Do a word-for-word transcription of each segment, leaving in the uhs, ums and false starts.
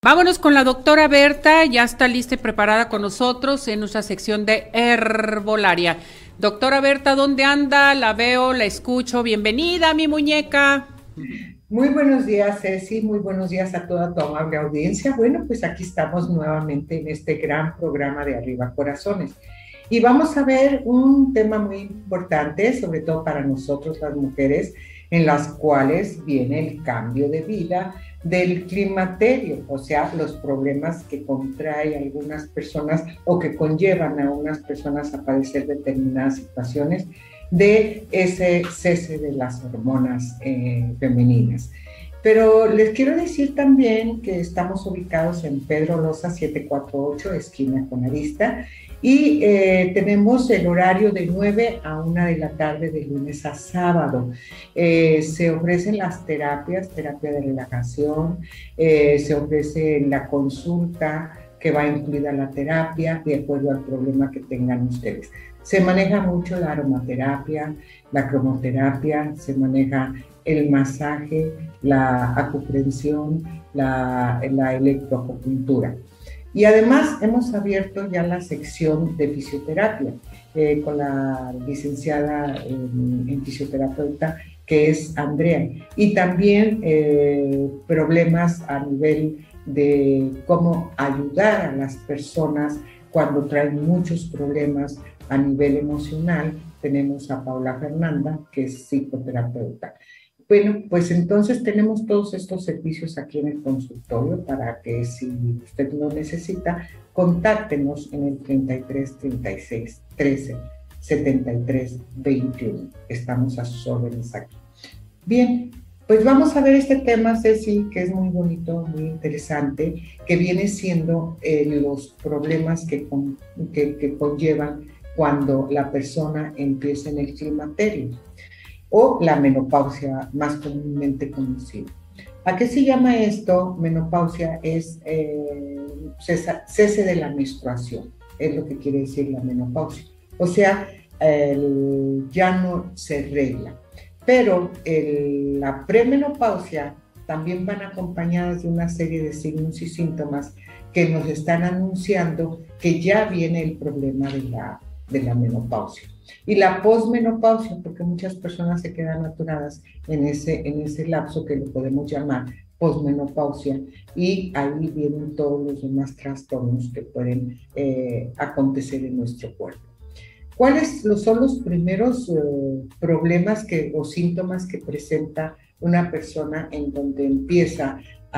Vámonos con la doctora Berta, ya está lista y preparada con nosotros en nuestra sección de herbolaria. Doctora Berta, ¿dónde anda? La veo, la escucho. Bienvenida, mi muñeca. Muy buenos días, Ceci, muy buenos días a toda tu amable audiencia. Bueno, pues aquí estamos nuevamente en este gran programa de Arriba Corazones. Y vamos a ver un tema muy importante, sobre todo para nosotros las mujeres, en las cuales viene el cambio de vida del climaterio, o sea, los problemas que contrae algunas personas o que conllevan a unas personas a padecer determinadas situaciones de ese cese de las hormonas eh, femeninas. Pero les quiero decir también que estamos ubicados en Pedro Loza setecientos cuarenta y ocho, esquina con Arista, y eh, tenemos el horario de nueve a una de la tarde de lunes a sábado. Eh, se ofrecen las terapias, terapia de relajación, eh, se ofrece la consulta que va incluida la terapia de acuerdo al problema que tengan ustedes. Se maneja mucho la aromaterapia, la cromoterapia, se maneja el masaje, la acupunción, la, la electroacupuntura. Y además hemos abierto ya la sección de fisioterapia eh, con la licenciada en, en fisioterapeuta que es Andrea. Y también eh, problemas a nivel de cómo ayudar a las personas cuando traen muchos problemas a nivel emocional. Tenemos a Paula Fernanda, que es psicoterapeuta. Bueno, pues entonces tenemos todos estos servicios aquí en el consultorio para que si usted lo necesita, contáctenos en el treinta y tres, treinta y seis, trece, setenta y tres, veintiuno. Estamos a sus órdenes aquí. Bien, pues vamos a ver este tema, Ceci, que es muy bonito, muy interesante, que viene siendo eh, los problemas que, con, que, que conllevan cuando la persona empieza en el climaterio o la menopausia más comúnmente conocida. ¿A qué se llama esto? Menopausia es eh, cese de la menstruación, es lo que quiere decir la menopausia. O sea, el, ya no se regla. Pero el, la premenopausia también van acompañadas de una serie de signos y síntomas que nos están anunciando que ya viene el problema de la, de la menopausia. Y la posmenopausia, porque muchas personas se quedan atoradas en ese, en ese lapso que lo podemos llamar posmenopausia, y ahí vienen todos los demás trastornos que pueden eh, acontecer en nuestro cuerpo. ¿Cuáles son los primeros uh, problemas que, o síntomas que presenta una persona en donde empieza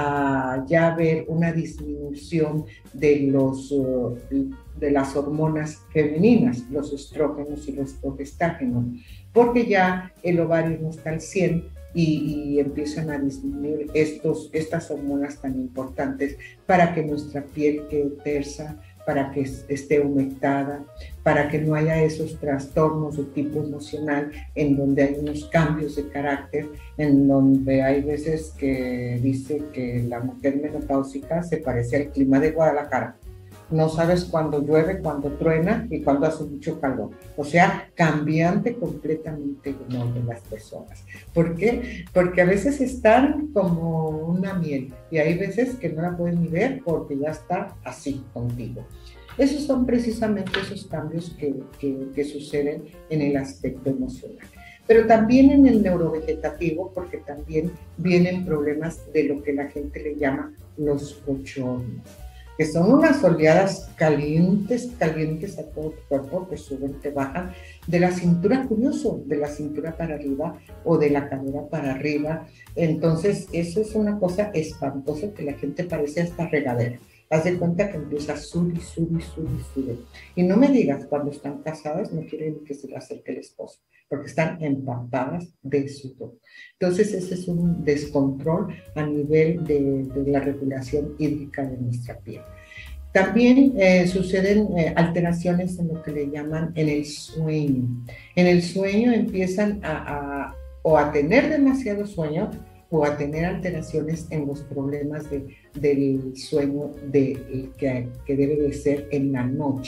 a ya ver una disminución de, los, uh, de las hormonas femeninas, los estrógenos y los progestágenos? Porque ya el ovario no está al cien y, y empiezan a disminuir estos, estas hormonas tan importantes para que nuestra piel quede tersa, para que esté humectada, para que no haya esos trastornos de tipo emocional en donde hay unos cambios de carácter, en donde hay veces que dice que la mujer menopáusica se parece al clima de Guadalajara. No sabes cuándo llueve, cuándo truena y cuándo hace mucho calor. O sea, cambiante completamente el humor de las personas. ¿Por qué? Porque a veces están como una miel y hay veces que no la pueden ni ver porque ya está así contigo. Esos son precisamente esos cambios que, que, que suceden en el aspecto emocional. Pero también en el neurovegetativo, porque también vienen problemas de lo que la gente le llama los bochornos, que son unas oleadas calientes, calientes a todo tu cuerpo, que suben, te bajan, de la cintura, curioso, de la cintura para arriba o de la cadera para arriba. Entonces, eso es una cosa espantosa que la gente parece hasta regadera. Haz de cuenta que empieza a subir, subir, subir, subir. Y no me digas, cuando están casadas, no quieren que se le acerque el esposo, porque están empapadas de sudor. Entonces, ese es un descontrol a nivel de, de la regulación hídrica de nuestra piel. También eh, suceden eh, alteraciones en lo que le llaman en el sueño. En el sueño empiezan a, a, o a tener demasiado sueño o a tener alteraciones en los problemas de, del sueño de, que, que debe de ser en la noche.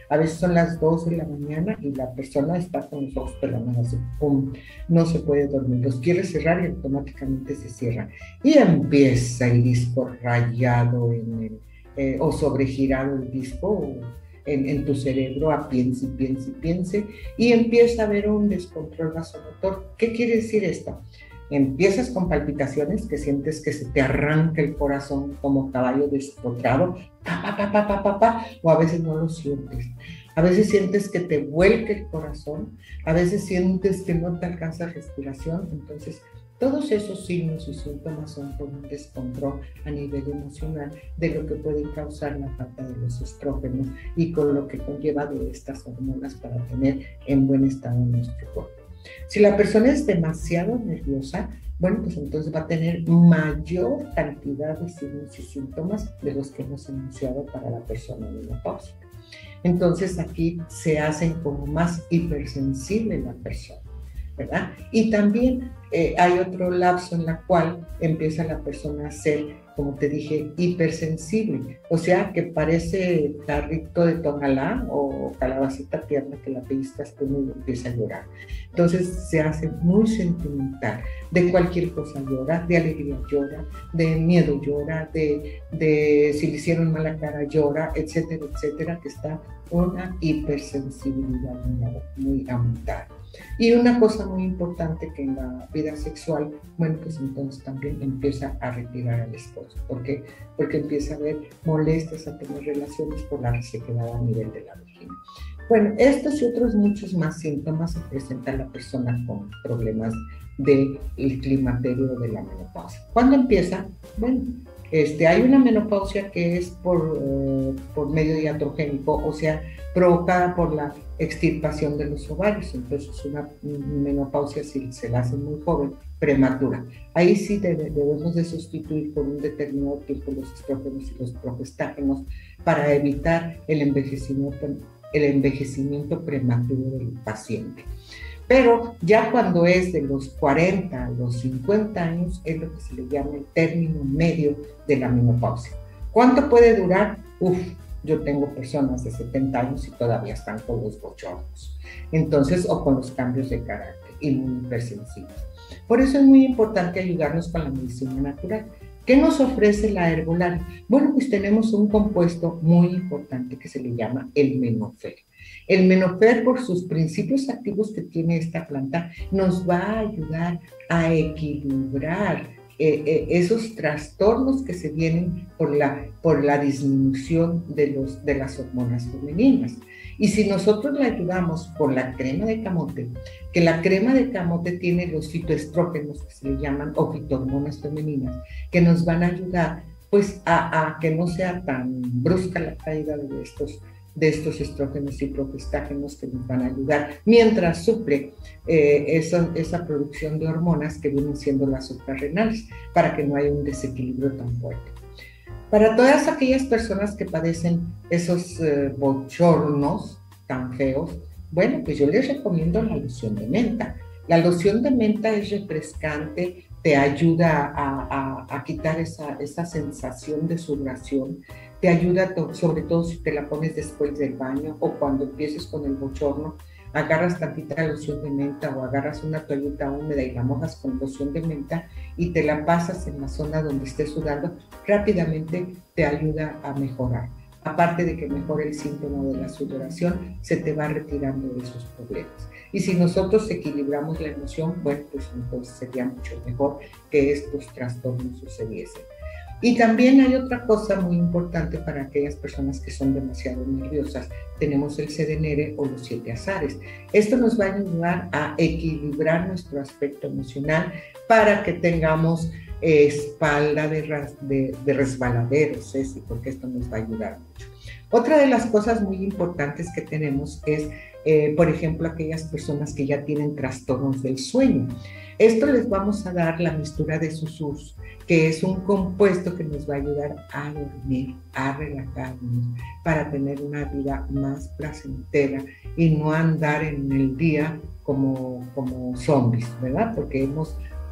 A veces son las dos de la mañana y la persona está con los ojos pelados, así, pum, no se puede dormir. Los quiere cerrar y automáticamente se cierra. Y empieza el disco rayado en el, eh, o sobregirado el disco en, en tu cerebro a piense y piense y piense, y empieza a haber un descontrol vasomotor. ¿Qué quiere decir esto? Empiezas con palpitaciones que sientes que se te arranca el corazón como caballo despotrado, pa, pa, pa, pa, pa, pa, pa, o a veces no lo sientes. A veces sientes que te vuelca el corazón, a veces sientes que no te alcanza respiración. Entonces, todos esos signos y síntomas son por un descontrol a nivel emocional de lo que puede causar la falta de los estrógenos y con lo que conlleva de estas hormonas para tener en buen estado nuestro cuerpo. Si la persona es demasiado nerviosa, bueno, pues entonces va a tener mayor cantidad de signos y síntomas de los que hemos enunciado para la persona menopáusica. Entonces aquí se hacen como más hipersensible la persona, ¿verdad? Y también eh, hay otro lapso en la cual empieza la persona a ser, como te dije, hipersensible, o sea, que parece tarrito de tonalá o calabacita tierna que la pellizcas tú y empieza a llorar. Entonces se hace muy sentimental, de cualquier cosa llora, de alegría llora, de miedo llora, de, de si le hicieron mala cara llora, etcétera, etcétera, que está una hipersensibilidad muy aumentada. Y una cosa muy importante que en la vida sexual, bueno, pues entonces también empieza a retirar al esposo. ¿Por qué? Porque empieza a haber molestias a tener relaciones por la resequedad a nivel de la vagina. Bueno, estos y otros muchos más síntomas se presentan la persona con problemas del climaterio de la menopausia. ¿Cuándo empieza? Bueno, este, hay una menopausia que es por, eh, por medio iatrogénico, o sea, provocada por la extirpación de los ovarios. Entonces una menopausia, si se la hace muy joven, prematura. Ahí sí debe, debemos de sustituir por un determinado tiempo los estrógenos y los progestágenos para evitar el envejecimiento, el envejecimiento prematuro del paciente. Pero ya cuando es de los cuarenta a los cincuenta años es lo que se le llama el término medio de la menopausia. ¿Cuánto puede durar? Uf, yo tengo personas de setenta años y todavía están con los bochornos. Entonces, o con los cambios de carácter y muy hipersensibles. Por eso es muy importante ayudarnos con la medicina natural. ¿Qué nos ofrece la herbolaria? Bueno, pues tenemos un compuesto muy importante que se le llama el menofer. El menofer, por sus principios activos que tiene esta planta, nos va a ayudar a equilibrar eh, eh, esos trastornos que se vienen por la, por la disminución de, los, de las hormonas femeninas. Y si nosotros le ayudamos con la crema de camote, que la crema de camote tiene los fitoestrógenos que se le llaman, o fitohormonas femeninas, que nos van a ayudar pues a, a que no sea tan brusca la caída de estos de estos estrógenos y progestágenos que nos van a ayudar, mientras suple eh, esa, esa producción de hormonas que vienen siendo las suprarrenales, para que no haya un desequilibrio tan fuerte. Para todas aquellas personas que padecen esos eh, bochornos tan feos, bueno, pues yo les recomiendo la loción de menta. La loción de menta es refrescante, te ayuda a, a, a quitar esa, esa sensación de sudoración, te ayuda sobre todo si te la pones después del baño o cuando empieces con el bochorno, agarras tantita loción de menta o agarras una toallita húmeda y la mojas con loción de menta y te la pasas en la zona donde estés sudando, rápidamente te ayuda a mejorar. Aparte de que mejora el síntoma de la sudoración, se te va retirando de esos problemas. Y si nosotros equilibramos la emoción, bueno, pues entonces sería mucho mejor que estos trastornos sucediesen. Y también hay otra cosa muy importante para aquellas personas que son demasiado nerviosas. Tenemos el sedenere o los siete azares. Esto nos va a ayudar a equilibrar nuestro aspecto emocional para que tengamos eh, espalda de, ras, de, de resbaladero, Ceci, porque esto nos va a ayudar mucho. Otra de las cosas muy importantes que tenemos es, eh, por ejemplo, aquellas personas que ya tienen trastornos del sueño. Esto les vamos a dar la mistura de susurros, que es un compuesto que nos va a ayudar a dormir, a relajarnos, para tener una vida más placentera y no andar en el día como, como zombies, ¿verdad? Porque hemos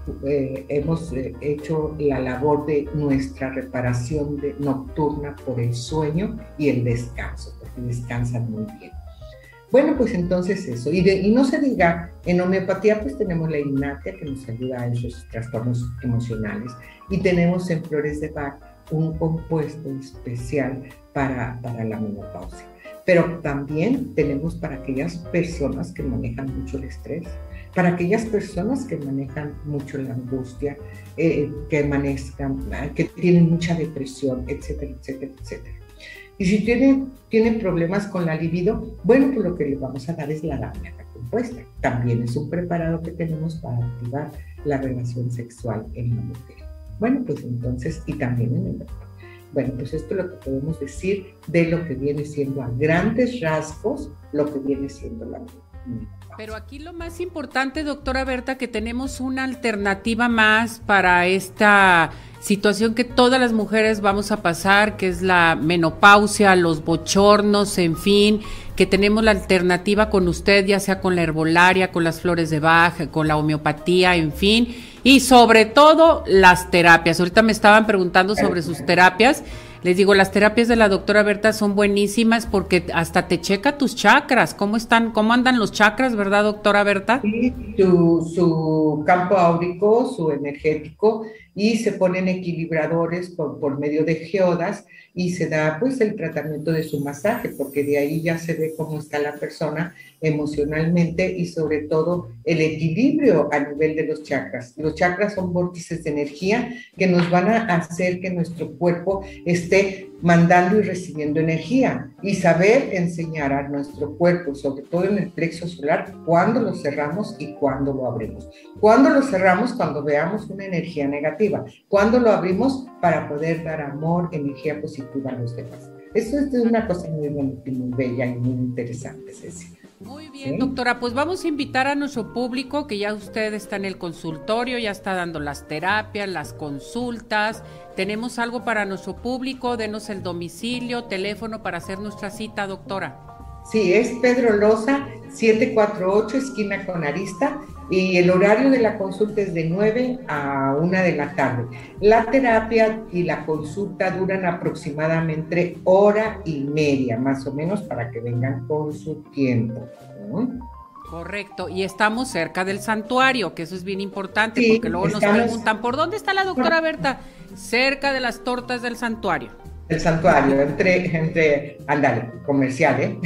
eh, hemos eh, hecho la labor de nuestra reparación de, nocturna por el sueño y el descanso, porque descansan muy bien. Bueno, pues entonces eso. Y, de, y no se diga, en homeopatía pues tenemos la hipnatia que nos ayuda a esos trastornos emocionales, y tenemos en flores de Bach un compuesto especial para, para la menopausia. Pero también tenemos para aquellas personas que manejan mucho el estrés, para aquellas personas que manejan mucho la angustia, eh, que manejan, que tienen mucha depresión, etcétera, etcétera, etcétera. Y si tiene, tiene problemas con la libido, bueno, pues lo que le vamos a dar es la ammoniaca compuesta. También es un preparado que tenemos para activar la relación sexual en la mujer. Bueno, pues entonces, y también en el hombre. Bueno, pues esto es lo que podemos decir de lo que viene siendo a grandes rasgos, lo que viene siendo la mujer. Pero aquí lo más importante, doctora Berta, que tenemos una alternativa más para esta situación que todas las mujeres vamos a pasar, que es la menopausia, los bochornos, en fin, que tenemos la alternativa con usted, ya sea con la herbolaria, con las flores de Bach, con la homeopatía, en fin, y sobre todo las terapias. Ahorita me estaban preguntando sobre sus terapias. Les digo, las terapias de la doctora Berta son buenísimas porque hasta te checa tus chakras. ¿Cómo están, cómo andan los chakras, verdad, doctora Berta? Sí, su, su campo áurico, su energético, y se ponen equilibradores por, por medio de geodas, y se da pues el tratamiento de su masaje, porque de ahí ya se ve cómo está la persona emocionalmente, y sobre todo el equilibrio a nivel de los chakras. Los chakras son vórtices de energía que nos van a hacer que nuestro cuerpo esté mandando y recibiendo energía, y saber enseñar a nuestro cuerpo, sobre todo en el plexo solar, cuándo lo cerramos y cuándo lo abrimos. Cuándo lo cerramos, cuando veamos una energía negativa. Cuándo lo abrimos, para poder dar amor, energía positiva a los demás. Eso es una cosa muy bonita y muy bella y muy interesante, Ceci. Muy bien, ¿sí? Doctora, pues vamos a invitar a nuestro público, que ya usted está en el consultorio, ya está dando las terapias, las consultas. Tenemos algo para nuestro público, denos el domicilio, teléfono para hacer nuestra cita, doctora. Sí, es Pedro Loza, setecientos cuarenta y ocho, esquina con Arista, y el horario de la consulta es de nueve a una de la tarde. La terapia y la consulta duran aproximadamente hora y media, más o menos, para que vengan con su tiempo, ¿no? Correcto, y estamos cerca del santuario, que eso es bien importante, Sí, porque luego estamos... nos preguntan, ¿por dónde está la doctora Berta? Cerca de las tortas del santuario. El santuario, entre, entre, ándale, comercial, ¿eh?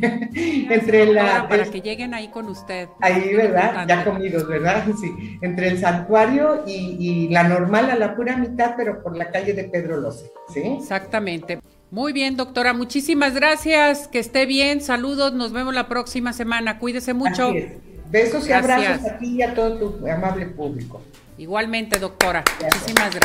Entre la... Para el, que lleguen ahí con usted. Ahí, ¿verdad? Ya comidos, ¿verdad? Sí. Entre el santuario y, y la normal a la pura mitad, pero por la calle de Pedro Loza, ¿sí? Exactamente. Muy bien, doctora, muchísimas gracias, que esté bien, saludos, nos vemos la próxima semana, cuídese mucho. Así es. Besos y gracias. Abrazos a ti y a todo tu amable público. Igualmente, doctora, gracias. Muchísimas gracias.